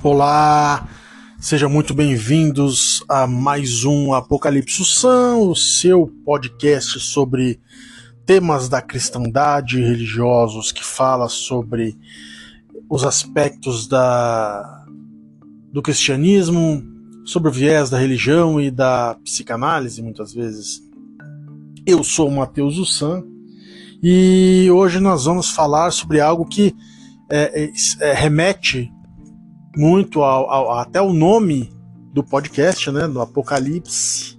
Olá, sejam muito bem-vindos a mais um Apocalipse Sun, o seu podcast sobre temas da cristandade religiosos, que fala sobre os aspectos do cristianismo, sobre o viés da religião e da psicanálise, muitas vezes. Eu sou o Matheus Ussan e hoje nós vamos falar sobre algo que remete muito até o nome do podcast, né, do Apocalipse,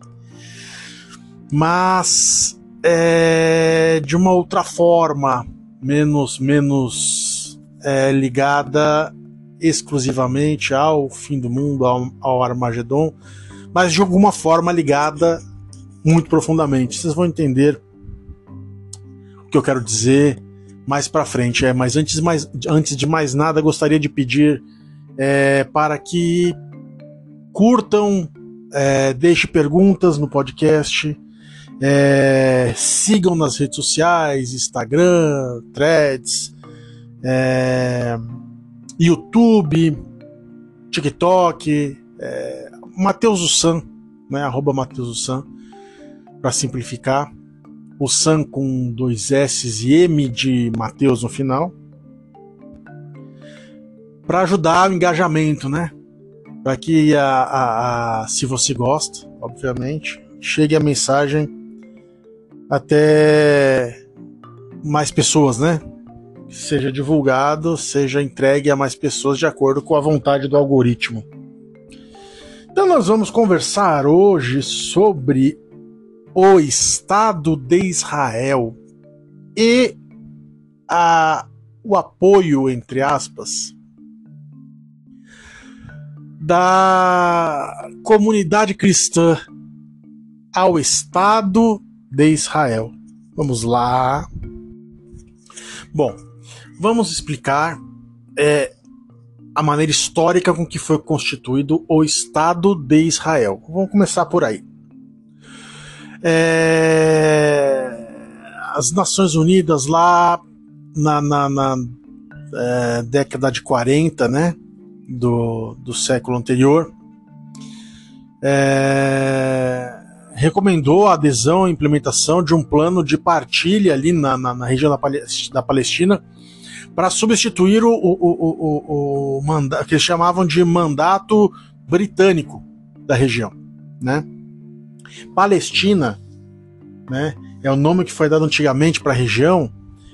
mas de uma outra forma, menos ligada exclusivamente ao fim do mundo, ao Armagedon, mas de alguma forma ligada muito profundamente. Vocês vão entender o que eu quero dizer mais pra frente. Mas antes de mais nada, gostaria de pedir para que curtam, deixem perguntas no podcast, sigam nas redes sociais, Instagram, Threads, YouTube, TikTok, Matheus Ussan, né, @MatheusUssan, para simplificar, o Sam com 2 S e M de Mateus no final, para ajudar o engajamento, né? Para que se você gosta, obviamente, chegue a mensagem até mais pessoas, né? Seja divulgado, seja entregue a mais pessoas de acordo com a vontade do algoritmo. Então nós vamos conversar hoje sobre o Estado de Israel e o apoio, entre aspas, da comunidade cristã ao Estado de Israel. Vamos lá. Bom, vamos explicar a maneira histórica com que foi constituído o Estado de Israel. Vamos começar por aí. As Nações Unidas lá na década de 40, né, do século anterior, recomendou a adesão e implementação de um plano de partilha ali na região da Palestina para substituir o mandato que eles chamavam de mandato britânico da região, né? Palestina, né, é o nome que foi dado antigamente para a região,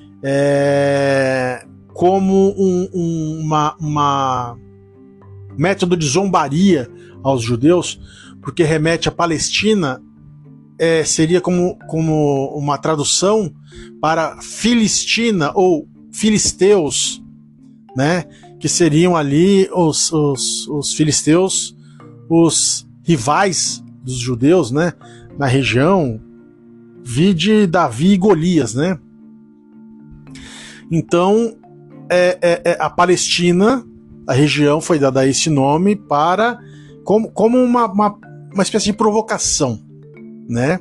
como uma método de zombaria aos judeus, porque remete a Palestina, seria como uma tradução para Filistina ou filisteus, né, que seriam ali os filisteus, os rivais dos judeus, né, na região, vide Davi e Golias, né? Então, a Palestina, a região, foi dada esse nome como uma espécie de provocação, né?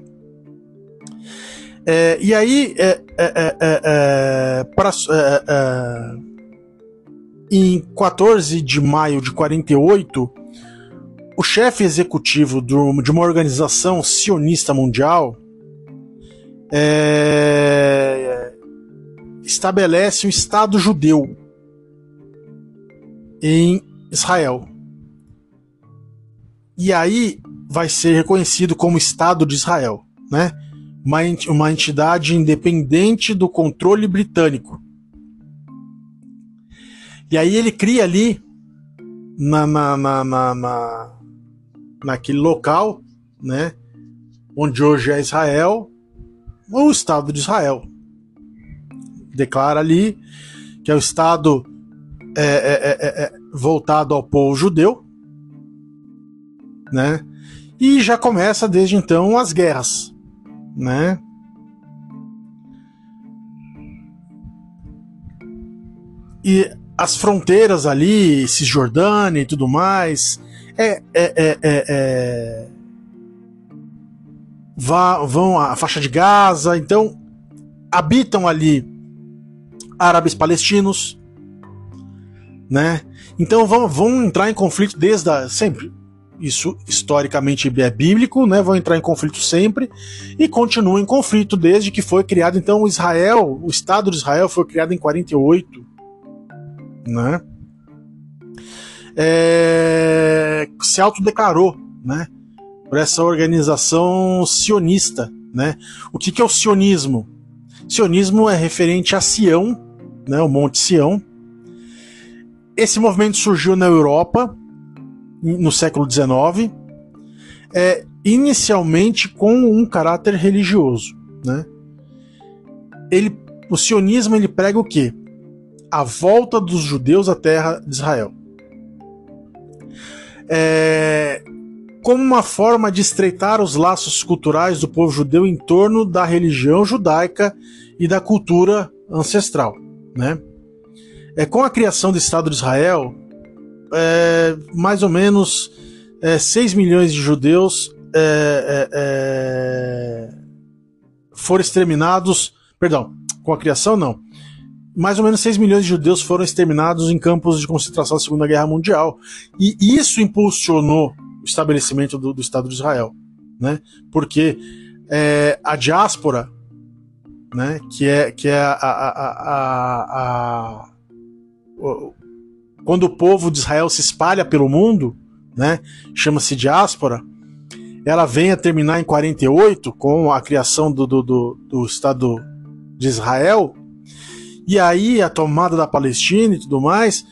E aí, em 14 de maio de 48, o chefe executivo de uma organização sionista mundial estabelece um Estado judeu em Israel. E aí vai ser reconhecido como Estado de Israel, né? Uma entidade independente do controle britânico. E aí ele cria ali naquele local, né, onde hoje é Israel, o Estado de Israel. Declara ali que é o Estado voltado ao povo judeu, né? E já começa desde então as guerras, né? E as fronteiras ali, Cisjordânia e tudo mais, vão à faixa de Gaza, então habitam ali árabes palestinos, né? Então vão entrar em conflito sempre. Isso historicamente é bíblico, né? Vão entrar em conflito sempre e continuam em conflito desde que foi criado. Então o Estado de Israel foi criado em 48, né? Se autodeclarou, né? Por essa organização sionista, né? O que é o sionismo? Sionismo é referente a Sião, né? O Monte Sião. Esse movimento surgiu na Europa no século XIX, inicialmente com um caráter religioso, né? O sionismo ele prega o quê? A volta dos judeus à terra de Israel. Como uma forma de estreitar os laços culturais do povo judeu em torno da religião judaica e da cultura ancestral, né? Com a criação do Estado de Israel, mais ou menos 6 milhões de judeus foram exterminados. Perdão, com a criação não. Mais ou menos 6 milhões de judeus foram exterminados em campos de concentração da Segunda Guerra Mundial. E isso impulsionou o estabelecimento do Estado de Israel, né? Porque a diáspora, né, que é quando o povo de Israel se espalha pelo mundo, né, chama-se diáspora, ela vem a terminar em 48 com a criação do Estado de Israel, e aí a tomada da Palestina e tudo mais.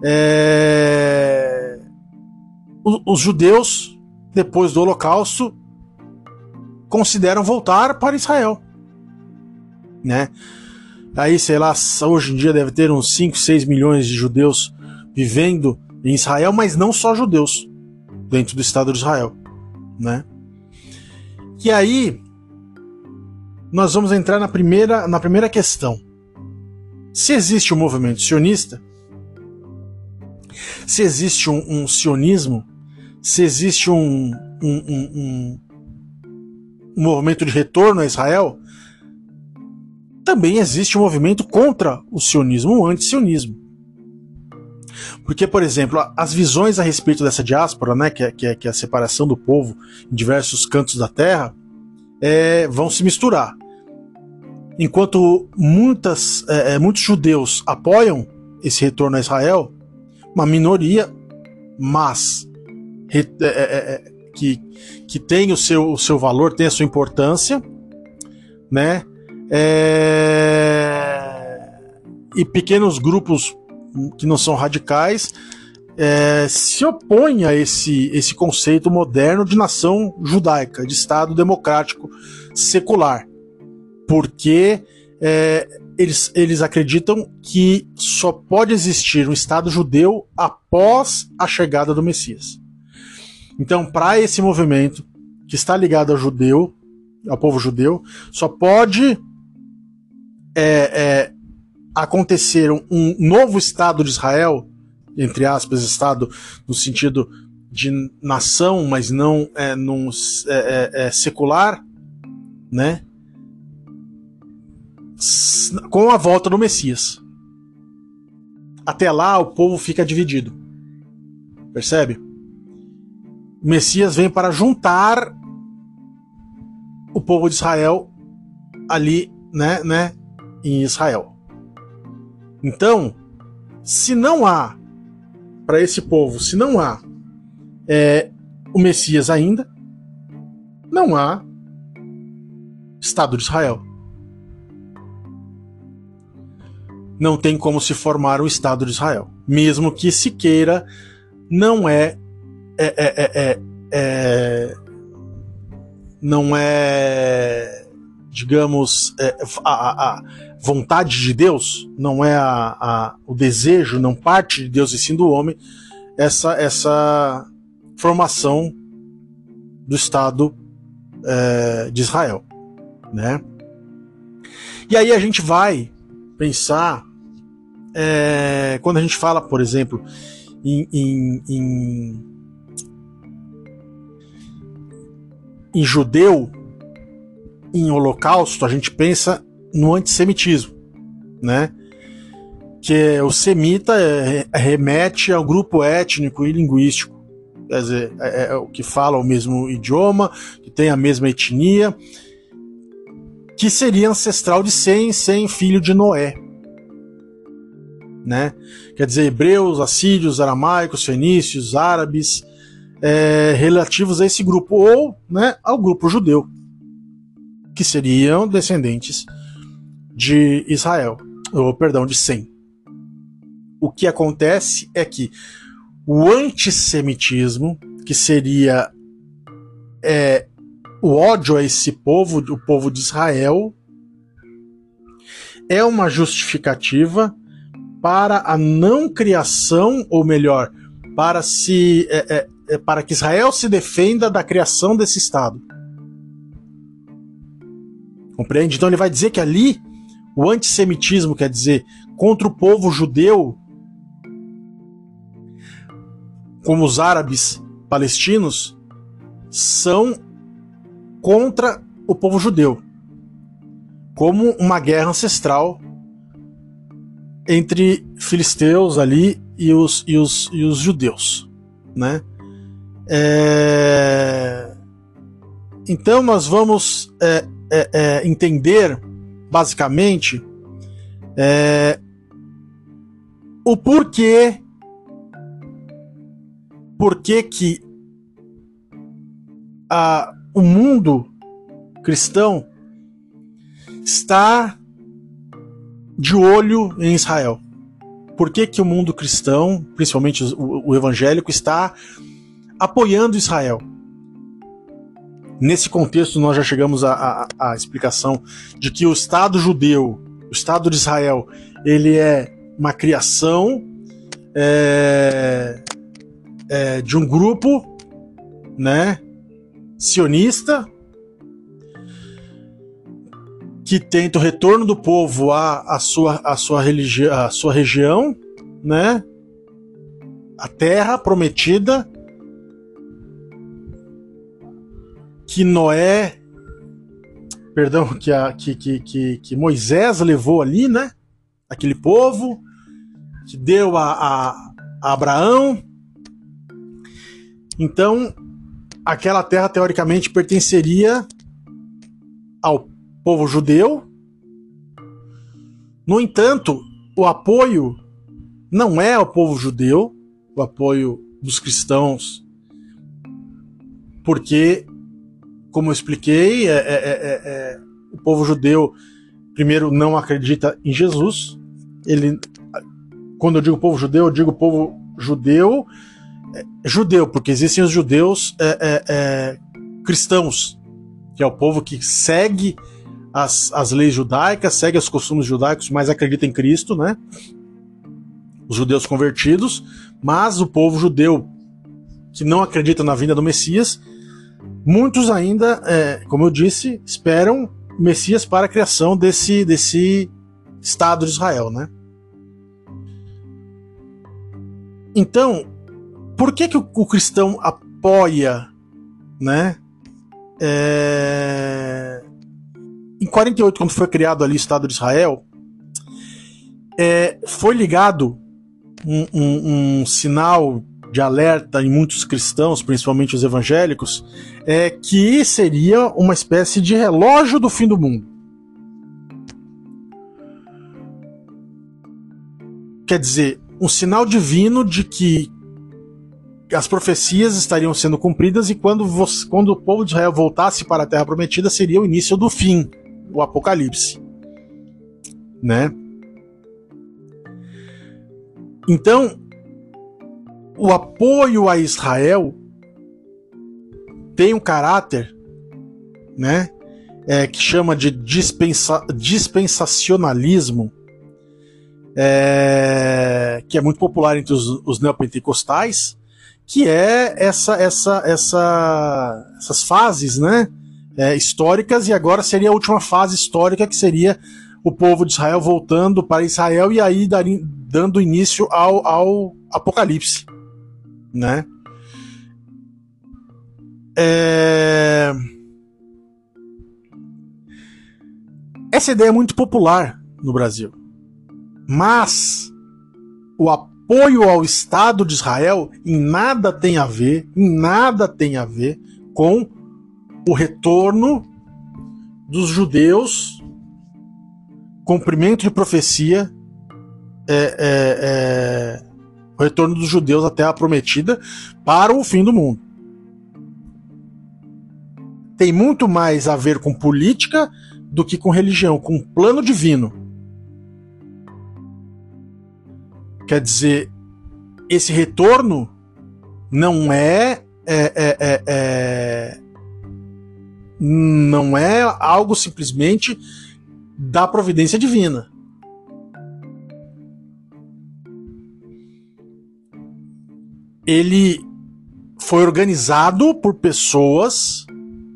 Os judeus, depois do Holocausto, consideram voltar para Israel, né? Aí, sei lá, hoje em dia deve ter uns 5, 6 milhões de judeus vivendo em Israel, mas não só judeus dentro do Estado de Israel, né? E aí nós vamos entrar na primeira questão. Se existe um movimento sionista, se existe um sionismo, se existe um movimento de retorno a Israel, também existe um movimento contra o sionismo, um anti-sionismo. Porque, por exemplo, as visões a respeito dessa diáspora, né, que é a separação do povo em diversos cantos da terra, vão se misturar. Enquanto muitos judeus apoiam esse retorno a Israel, uma minoria, mas que tem o seu valor, tem a sua importância, né? E pequenos grupos que não são radicais se opõem a esse conceito moderno de nação judaica, de Estado democrático secular, porque eles acreditam que só pode existir um Estado judeu após a chegada do Messias. Então, para esse movimento que está ligado ao povo judeu, só pode acontecer um novo Estado de Israel, entre aspas, Estado no sentido de nação, mas não secular, né? Com a volta do Messias. Até lá o povo fica dividido. Percebe? O Messias vem para juntar o povo de Israel ali, né, em Israel. Então, se não há para esse povo, se não há o Messias ainda, não há Estado de Israel. Não tem como se formar um Estado de Israel, mesmo que se queira, não digamos, a vontade de Deus, não é o desejo, não parte de Deus e sim do homem, essa formação do Estado de Israel, né? E aí a gente vai pensar, quando a gente fala, por exemplo, em judeu, em holocausto, a gente pensa no antissemitismo, né? porque o semita remete ao grupo étnico e linguístico, quer dizer, é o que fala o mesmo idioma, que tem a mesma etnia, que seria ancestral de Sem, filho de Noé, né? Quer dizer, hebreus, assírios, aramaicos, fenícios, árabes, relativos a esse grupo, ou, né, ao grupo judeu, que seriam descendentes de Israel, ou perdão, de Sem. O que acontece é que o antissemitismo, que seria o ódio a esse povo, o povo de Israel, é uma justificativa para a não criação, ou melhor, para que Israel se defenda da criação desse Estado. Compreende? Então ele vai dizer que ali o antissemitismo, quer dizer, contra o povo judeu, como os árabes palestinos, são contra o povo judeu, como uma guerra ancestral entre filisteus ali e os judeus, né? Então nós vamos entender basicamente o porquê que o mundo cristão está de olho em Israel. Por que o mundo cristão, principalmente o evangélico, está apoiando Israel? Nesse contexto, nós já chegamos à explicação de que o Estado judeu, o Estado de Israel, ele é uma criação de um grupo, né, sionista, que tenta o retorno do povo à sua região, né, a terra prometida, que Moisés levou ali, né, aquele povo, que deu a Abraão. Então, aquela terra teoricamente pertenceria ao povo judeu. No entanto, o apoio não é ao povo judeu, o apoio dos cristãos, porque, como eu expliquei, o povo judeu, primeiro, não acredita em Jesus. Quando eu digo povo judeu, eu digo povo judeu, porque existem os judeus cristãos, que é o povo que segue as leis judaicas, segue os costumes judaicos, mas acredita em Cristo, né? Os judeus convertidos, mas o povo judeu que não acredita na vinda do Messias, muitos ainda, como eu disse, esperam o Messias para a criação desse Estado de Israel, né? Então, por que o cristão apoia, né? Em 48, quando foi criado ali o Estado de Israel, foi ligado um sinal de alerta em muitos cristãos, principalmente os evangélicos, que seria uma espécie de relógio do fim do mundo. Quer dizer, um sinal divino de que as profecias estariam sendo cumpridas e quando o povo de Israel voltasse para a Terra Prometida seria o início do fim, o Apocalipse, né? Então, o apoio a Israel tem um caráter, né, que chama de dispensacionalismo, que é muito popular entre os neopentecostais, que é essas fases, né, históricas, e agora seria a última fase histórica, que seria o povo de Israel voltando para Israel e aí dando início ao Apocalipse, né? Essa ideia é muito popular no Brasil, mas o apoio ao Estado de Israel em nada tem a ver com o retorno dos judeus, cumprimento de profecia, o retorno dos judeus à Terra Prometida para o fim do mundo. Tem muito mais a ver com política do que com religião, com plano divino. Quer dizer, esse retorno não é algo simplesmente da providência divina. Ele foi organizado por pessoas,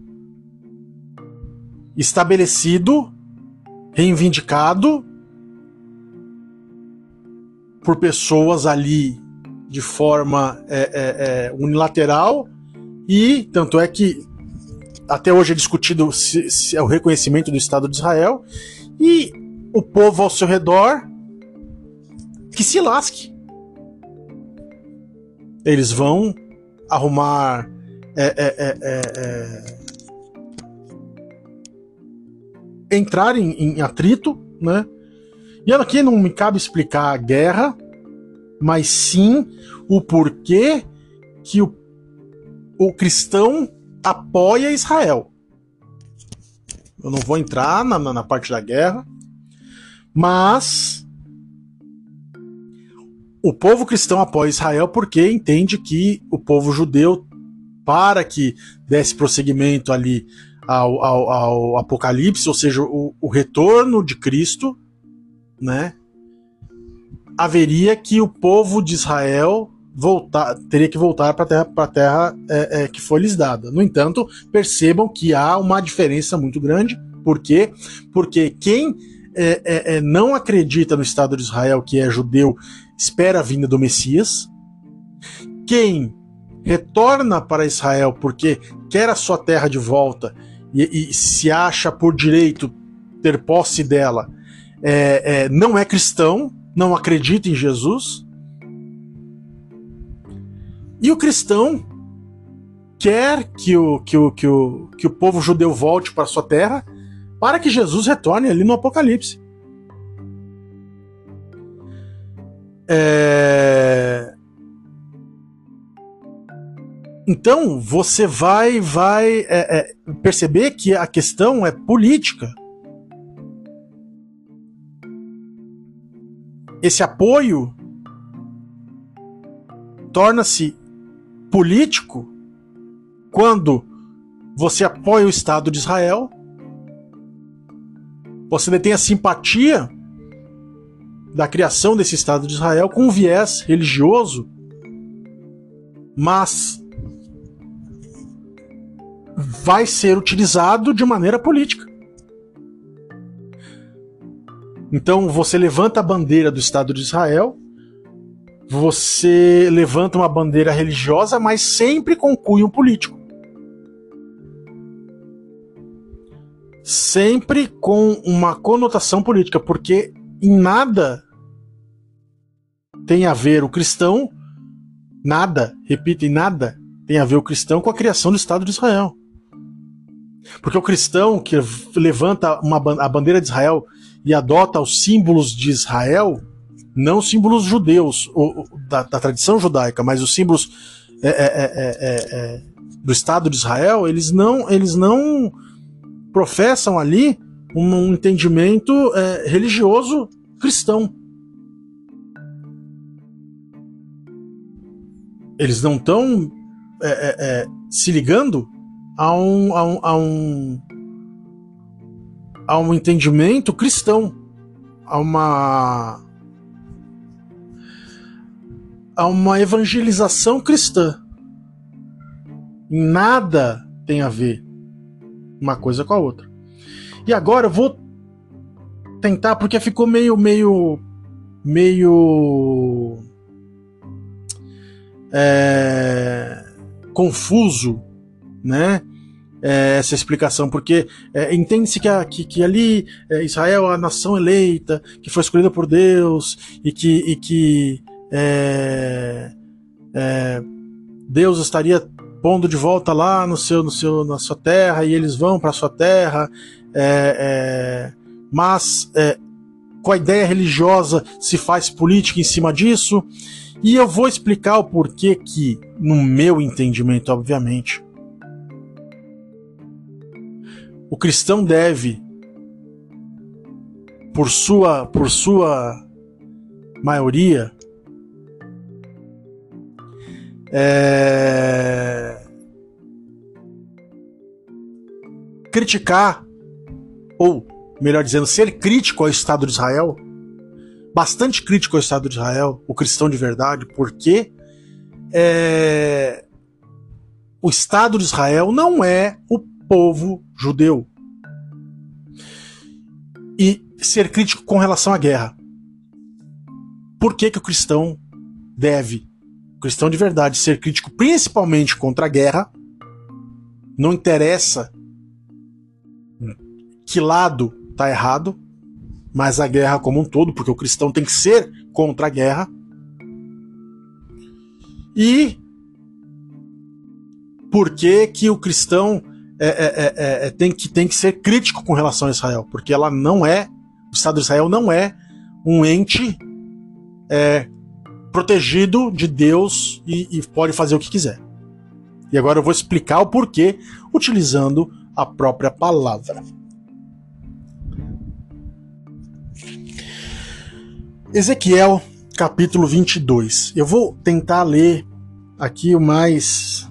estabelecido, reivindicado por pessoas ali de forma unilateral, e tanto é que até hoje é discutido se é o reconhecimento do Estado de Israel, e o povo ao seu redor que se lasque. Eles vão arrumar entrar em atrito, né? E aqui não me cabe explicar a guerra, mas sim o porquê que o cristão apoia Israel. Eu não vou entrar na parte da guerra, mas o povo cristão apoia Israel porque entende que o povo judeu, para que desse prosseguimento ali ao Apocalipse, ou seja, o retorno de Cristo, né, haveria que o povo de Israel teria que voltar para a terra que foi lhes dada. No entanto, percebam que há uma diferença muito grande. Por quê? Porque quem não acredita no Estado de Israel, que é judeu, espera a vinda do Messias. Quem retorna para Israel porque quer a sua terra de volta e se acha por direito ter posse dela, não é cristão, não acredita em Jesus. E o cristão quer que o povo judeu volte para sua terra para que Jesus retorne ali no Apocalipse. Então você vai perceber que a questão é política. Esse apoio torna-se político quando você apoia o Estado de Israel, você detém a simpatia da criação desse Estado de Israel com um viés religioso, mas vai ser utilizado de maneira política. Então você levanta a bandeira do Estado de Israel, você levanta uma bandeira religiosa, mas sempre com cunho político. Sempre com uma conotação política, porque em nada tem a ver o cristão, nada, repito, em nada tem a ver o cristão com a criação do Estado de Israel. Porque o cristão que levanta a bandeira de Israel e adota os símbolos de Israel, não símbolos judeus, da tradição judaica, mas os símbolos do Estado de Israel, eles não professam ali um entendimento religioso cristão. Eles não estão se ligando a um entendimento cristão, a uma evangelização cristã. Em nada tem a ver uma coisa com a outra. E agora eu vou tentar, porque ficou meio confuso, né? Essa explicação, porque entende-se que ali Israel é a nação eleita, que foi escolhida por Deus, e que Deus estaria pondo de volta lá na sua terra, e eles vão para a sua terra, mas com a ideia religiosa se faz política em cima disso, e eu vou explicar o porquê que, no meu entendimento, obviamente, o cristão deve, por sua maioria, criticar, ou melhor dizendo, ser crítico ao Estado de Israel, bastante crítico ao Estado de Israel, o cristão de verdade, porque o Estado de Israel não é o povo judeu. E ser crítico com relação à guerra. Por que o cristão deve, o cristão de verdade, ser crítico principalmente contra a guerra? Não interessa que lado está errado, mas a guerra como um todo, porque o cristão tem que ser contra a guerra. E por que o cristão tem que ser crítico com relação a Israel? Porque ela não é, o Estado de Israel não é um ente protegido de Deus e pode fazer o que quiser. E agora eu vou explicar o porquê utilizando a própria palavra. Ezequiel, capítulo 22. Eu vou tentar ler aqui o mais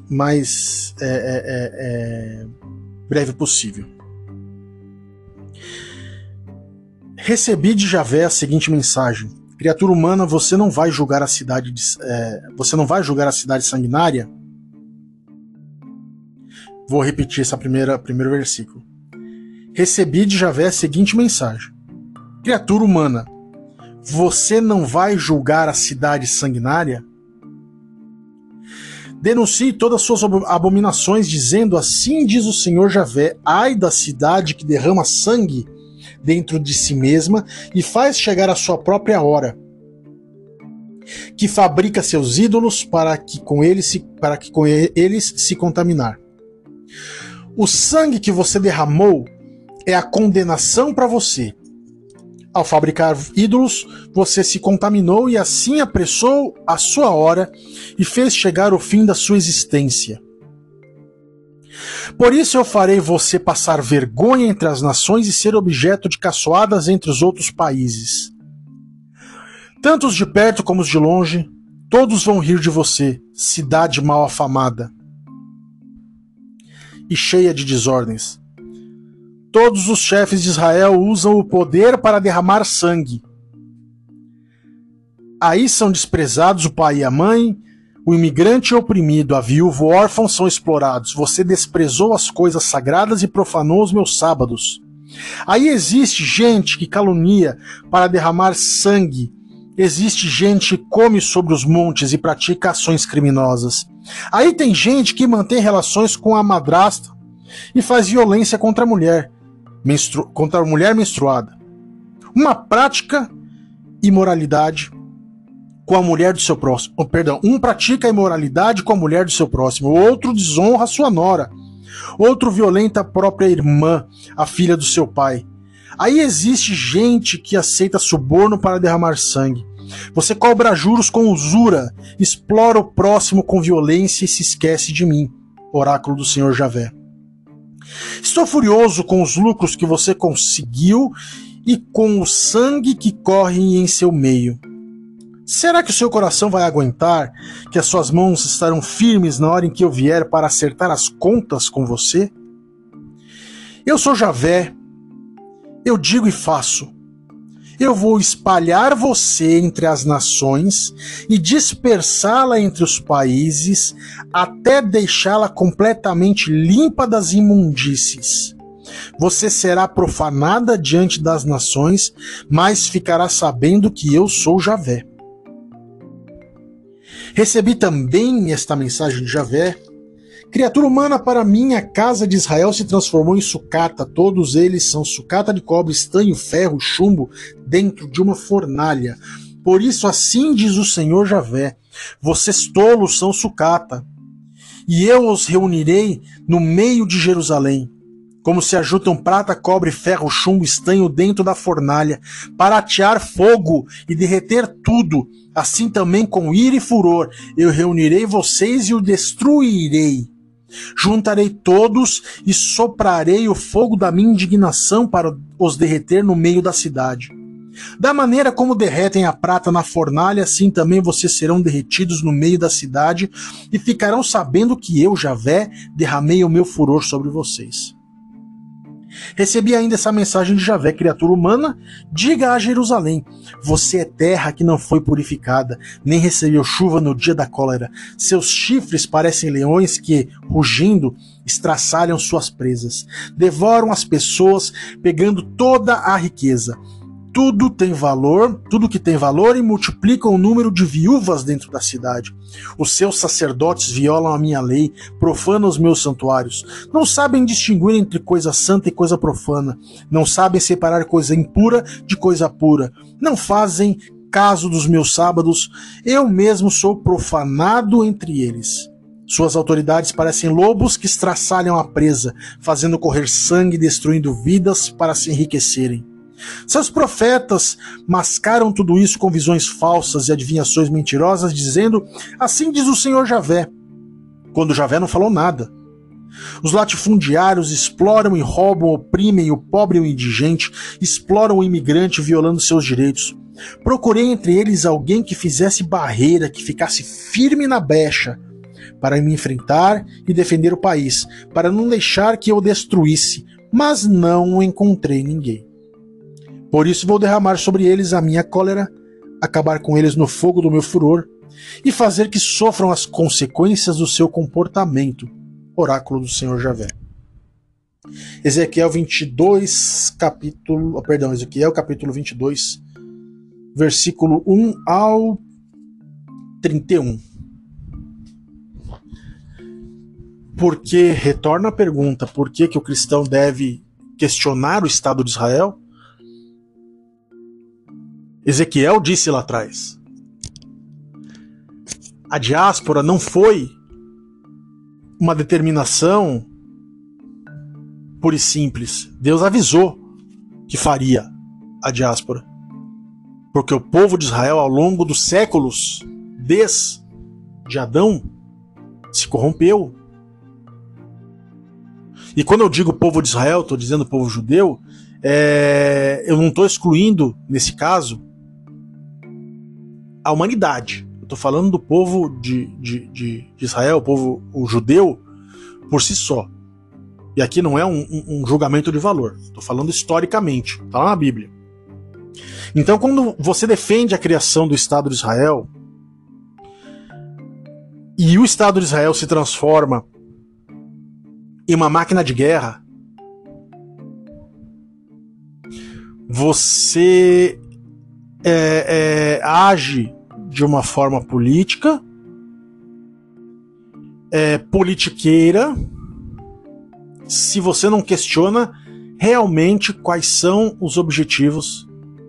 breve possível. Recebi de Javé a seguinte mensagem: criatura humana, você não vai julgar a cidade sanguinária? Vou repetir primeiro versículo. Recebi de Javé a seguinte mensagem: criatura humana, você não vai julgar a cidade sanguinária? Denuncie todas as suas abominações, dizendo: assim diz o Senhor Javé, ai da cidade que derrama sangue dentro de si mesma e faz chegar a sua própria hora, que fabrica seus ídolos para que com eles se contaminar. O sangue que você derramou é a condenação para você. Ao fabricar ídolos, você se contaminou e assim apressou a sua hora e fez chegar o fim da sua existência. Por isso eu farei você passar vergonha entre as nações e ser objeto de caçoadas entre os outros países. Tanto os de perto como os de longe, todos vão rir de você, cidade mal afamada e cheia de desordens. Todos os chefes de Israel usam o poder para derramar sangue. Aí são desprezados o pai e a mãe, o imigrante oprimido, a viúva, o órfão são explorados. Você desprezou as coisas sagradas e profanou os meus sábados. Aí existe gente que calunia para derramar sangue. Existe gente que come sobre os montes e pratica ações criminosas. Aí tem gente que mantém relações com a madrasta e faz violência contra a mulher menstruada. Uma prática imoralidade com a mulher do seu próximo. Um pratica imoralidade com a mulher do seu próximo. O outro desonra a sua nora. Outro violenta a própria irmã, a filha do seu pai. Aí existe gente que aceita suborno para derramar sangue. Você cobra juros com usura, explora o próximo com violência e se esquece de mim, oráculo do Senhor Javé. Estou furioso com os lucros que você conseguiu e com o sangue que corre em seu meio. Será que o seu coração vai aguentar, que as suas mãos estarão firmes na hora em que eu vier para acertar as contas com você? Eu sou Javé, eu digo e faço. Eu vou espalhar você entre as nações e dispersá-la entre os países até deixá-la completamente limpa das imundícies. Você será profanada diante das nações, mas ficará sabendo que eu sou Javé. Recebi também esta mensagem de Javé. Criatura humana, para mim a casa de Israel se transformou em sucata. Todos eles são sucata de cobre, estanho, ferro, chumbo, dentro de uma fornalha. Por isso assim diz o Senhor Javé: vocês tolos são sucata, e eu os reunirei no meio de Jerusalém, como se ajuntam prata, cobre, ferro, chumbo, estanho dentro da fornalha, para atear fogo e derreter tudo. Assim também com ira e furor eu reunirei vocês e o destruirei. Juntarei todos e soprarei o fogo da minha indignação para os derreter no meio da cidade. Da maneira como derretem a prata na fornalha, assim também vocês serão derretidos no meio da cidade e ficarão sabendo que eu, Javé, derramei o meu furor sobre vocês. Recebi ainda essa mensagem de Javé, criatura humana: diga a Jerusalém: você é terra que não foi purificada, nem recebeu chuva no dia da cólera. Seus chifres parecem leões que, rugindo, estraçalham suas presas. Devoram as pessoas, pegando toda a riqueza. Tudo que tem valor, e multiplicam o número de viúvas dentro da cidade. Os seus sacerdotes violam a minha lei, profanam os meus santuários. Não sabem distinguir entre coisa santa e coisa profana. Não sabem separar coisa impura de coisa pura. Não fazem caso dos meus sábados. Eu mesmo sou profanado entre eles. Suas autoridades parecem lobos que estraçalham a presa, fazendo correr sangue e destruindo vidas para se enriquecerem. Seus profetas mascaram tudo isso com visões falsas e adivinhações mentirosas, dizendo: assim diz o Senhor Javé, quando Javé não falou nada. Os latifundiários exploram e roubam, oprimem o pobre e o indigente, exploram o imigrante, violando seus direitos. Procurei entre eles alguém que fizesse barreira, que ficasse firme na brecha, para me enfrentar e defender o país, para não deixar que eu destruísse, mas não encontrei ninguém. Por isso vou derramar sobre eles a minha cólera, acabar com eles no fogo do meu furor e fazer que sofram as consequências do seu comportamento. Oráculo do Senhor Javé. Ezequiel capítulo 22, versículo 1 ao 31. Porque, retorna a pergunta, por que o cristão deve questionar o Estado de Israel? Ezequiel disse lá atrás: a diáspora não foi uma determinação pura e simples. Deus avisou que faria a diáspora, porque o povo de Israel, ao longo dos séculos, desde Adão, se corrompeu. E quando eu digo povo de Israel, estou dizendo povo judeu, eu não estou excluindo, nesse caso, a humanidade. Eu estou falando do povo de Israel, o judeu, por si só. E aqui não é um julgamento de valor. Estou falando historicamente. Está lá na Bíblia. Então, quando você defende a criação do Estado de Israel, e o Estado de Israel se transforma em uma máquina de guerra, você age de uma forma política, politiqueira, se você não questiona realmente quais são os objetivos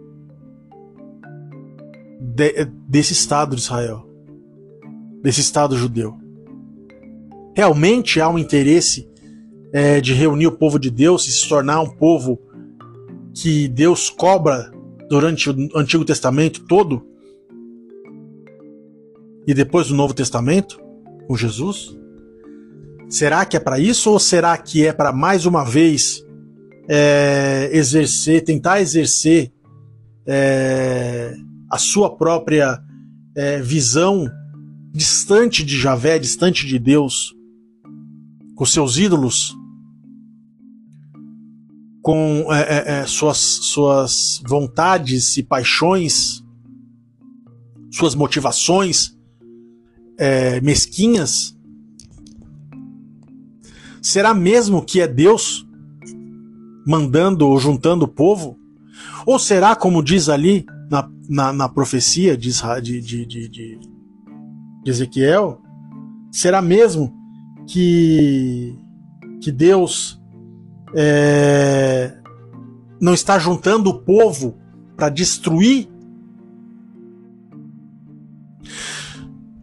desse Estado de Israel, desse Estado judeu. Realmente há um interesse de reunir o povo de Deus e se tornar um povo que Deus cobra durante o Antigo Testamento todo e depois do Novo Testamento, com Jesus? Será que é para isso, ou será que é para mais uma vez tentar exercer a sua própria visão distante de Javé, distante de Deus, com seus ídolos, com suas vontades e paixões, suas motivações mesquinhas? Será mesmo que é Deus mandando ou juntando o povo? Ou será, como diz ali na profecia de Ezequiel, será mesmo que Deus não está juntando o povo para destruir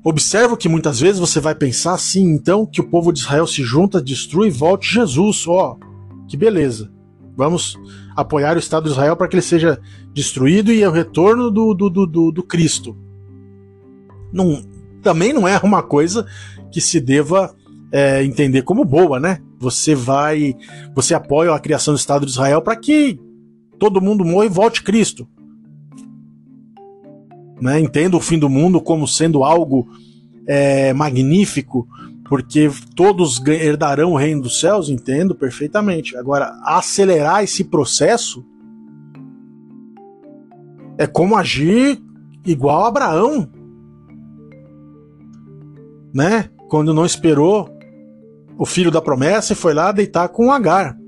Observo que muitas vezes você vai pensar assim, então, que o povo de Israel se junta, destrui e volte Jesus. Ó, que beleza. Vamos apoiar o Estado de Israel para que ele seja destruído e o retorno do Cristo. Não, também não é uma coisa que se deva entender como boa, né? Você apoia a criação do Estado de Israel para que todo mundo morra e volte Cristo. Né? Entendo o fim do mundo como sendo algo magnífico, porque todos herdarão o reino dos céus, entendo perfeitamente. Agora, acelerar esse processo é como agir igual a Abraão, né? Quando não esperou o filho da promessa e foi lá deitar com Agar.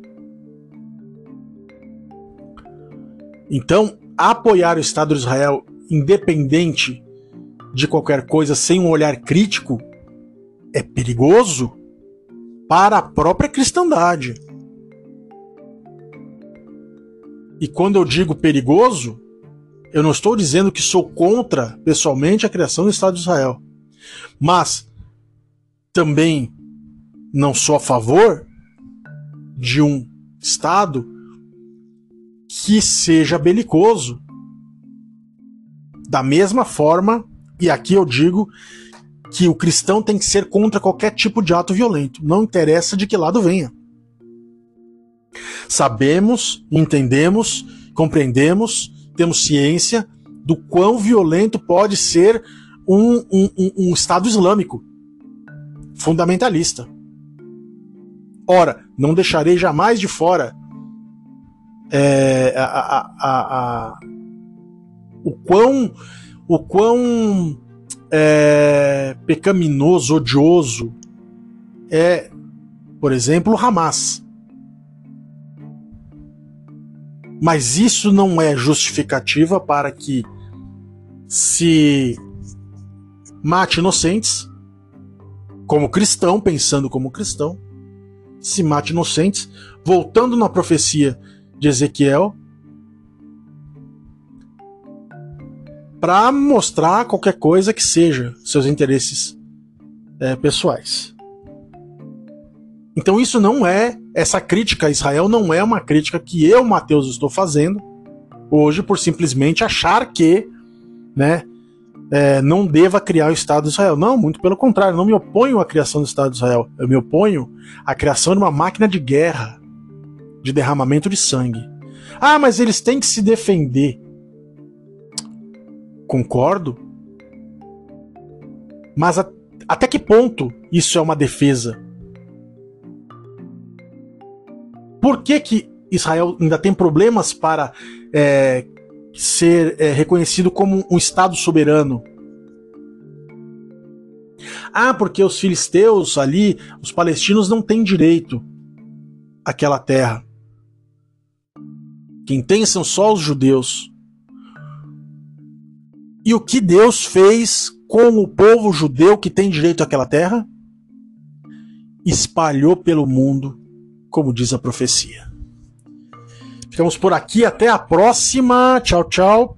Então, apoiar o Estado de Israel independente de qualquer coisa, sem um olhar crítico, é perigoso para a própria cristandade. E quando eu digo perigoso, eu não estou dizendo que sou contra, pessoalmente, a criação do Estado de Israel. Mas também não sou a favor de um Estado que seja belicoso. Da mesma forma, e aqui eu digo que o cristão tem que ser contra qualquer tipo de ato violento, não interessa de que lado venha. Sabemos, entendemos, compreendemos, temos ciência do quão violento pode ser um Estado Islâmico fundamentalista. Ora, não deixarei jamais de fora o quão pecaminoso, odioso é, por exemplo, o Hamas. Mas isso não é justificativa para que se mate inocentes, como cristão, pensando como cristão, se mate inocentes, voltando na profecia de Ezequiel, para mostrar qualquer coisa que seja seus interesses pessoais. Então isso não é, essa crítica a Israel não é uma crítica que eu, Mateus, estou fazendo hoje por simplesmente achar que, né, não deva criar o Estado de Israel. Não, muito pelo contrário, não me oponho à criação do Estado de Israel. Eu me oponho à criação de uma máquina de guerra, de derramamento de sangue. Ah, mas eles têm que se defender. Concordo. Mas até que ponto isso é uma defesa? Por que Israel ainda tem problemas para ser reconhecido como um Estado soberano? Ah, porque os filisteus ali, os palestinos, não têm direito àquela terra. Quem tem são só os judeus. E o que Deus fez com o povo judeu que tem direito àquela terra? Espalhou pelo mundo, como diz a profecia. Ficamos por aqui, até a próxima. Tchau, tchau.